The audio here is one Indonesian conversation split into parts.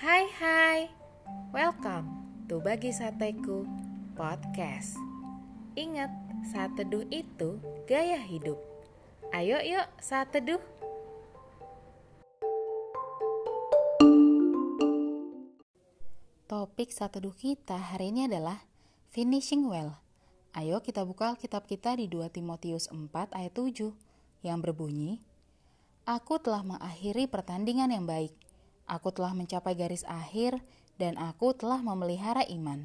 Hai, welcome to Bagi Sateku Podcast. Ingat, saat teduh itu gaya hidup. Ayo yuk saat teduh. Topik saat teduh kita hari ini adalah Finishing Well. Ayo kita buka Alkitab kita di 2 Timotius 4 ayat 7 yang berbunyi, Aku telah mengakhiri pertandingan yang baik. Aku telah mencapai garis akhir dan aku telah memelihara iman.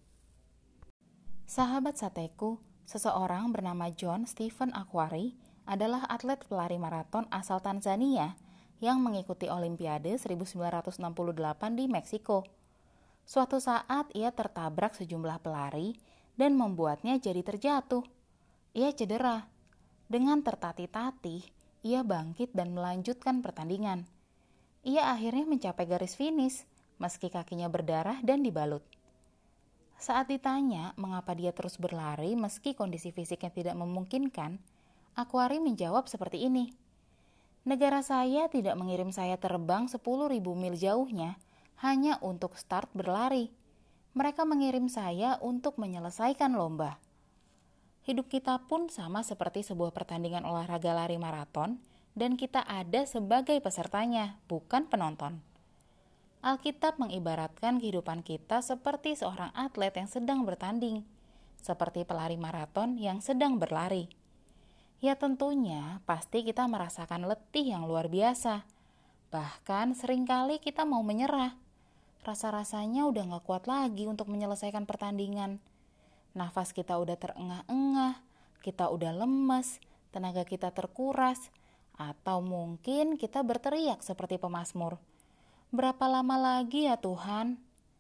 Sahabat sateku, seseorang bernama John Stephen Akhwari adalah atlet pelari maraton asal Tanzania yang mengikuti Olimpiade 1968 di Meksiko. Suatu saat ia tertabrak sejumlah pelari dan membuatnya jadi terjatuh. Ia cedera. Dengan tertatih-tatih, ia bangkit dan melanjutkan pertandingan. Ia akhirnya mencapai garis finish meski kakinya berdarah dan dibalut. Saat ditanya mengapa dia terus berlari meski kondisi fisiknya tidak memungkinkan, Akhwari menjawab seperti ini. Negara saya tidak mengirim saya terbang 10.000 mil jauhnya hanya untuk start berlari. Mereka mengirim saya untuk menyelesaikan lomba. Hidup kita pun sama seperti sebuah pertandingan olahraga lari maraton, dan kita ada sebagai pesertanya, bukan penonton. Alkitab mengibaratkan kehidupan kita seperti seorang atlet yang sedang bertanding, seperti pelari maraton yang sedang berlari. Ya tentunya pasti kita merasakan letih yang luar biasa. Bahkan seringkali kita mau menyerah. Rasa-rasanya udah gak kuat lagi untuk menyelesaikan pertandingan. Nafas kita udah terengah-engah, kita udah lemes, tenaga kita terkuras, atau mungkin kita berteriak seperti pemazmur. Berapa lama lagi ya Tuhan?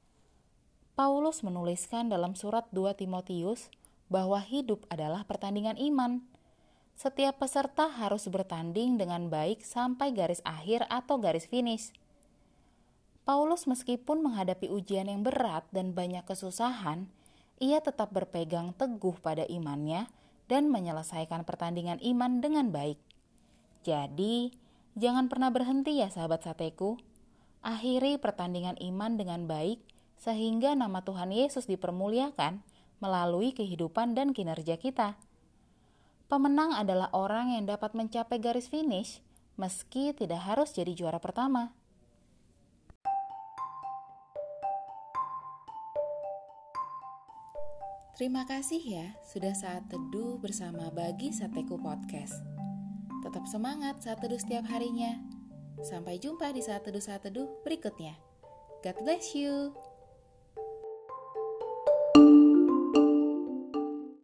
Paulus menuliskan dalam surat 2 Timotius bahwa hidup adalah pertandingan iman. Setiap peserta harus bertanding dengan baik sampai garis akhir atau garis finish. Paulus meskipun menghadapi ujian yang berat dan banyak kesusahan, ia tetap berpegang teguh pada imannya dan menyelesaikan pertandingan iman dengan baik. Jadi, jangan pernah berhenti ya sahabat sateku. Akhiri pertandingan iman dengan baik sehingga nama Tuhan Yesus dipermuliakan melalui kehidupan dan kinerja kita. Pemenang adalah orang yang dapat mencapai garis finish meski tidak harus jadi juara pertama. Terima kasih ya sudah saat teduh bersama Bagi Sateku Podcast. Tetap semangat saat teduh setiap harinya. Sampai jumpa di saat teduh berikutnya. God bless you.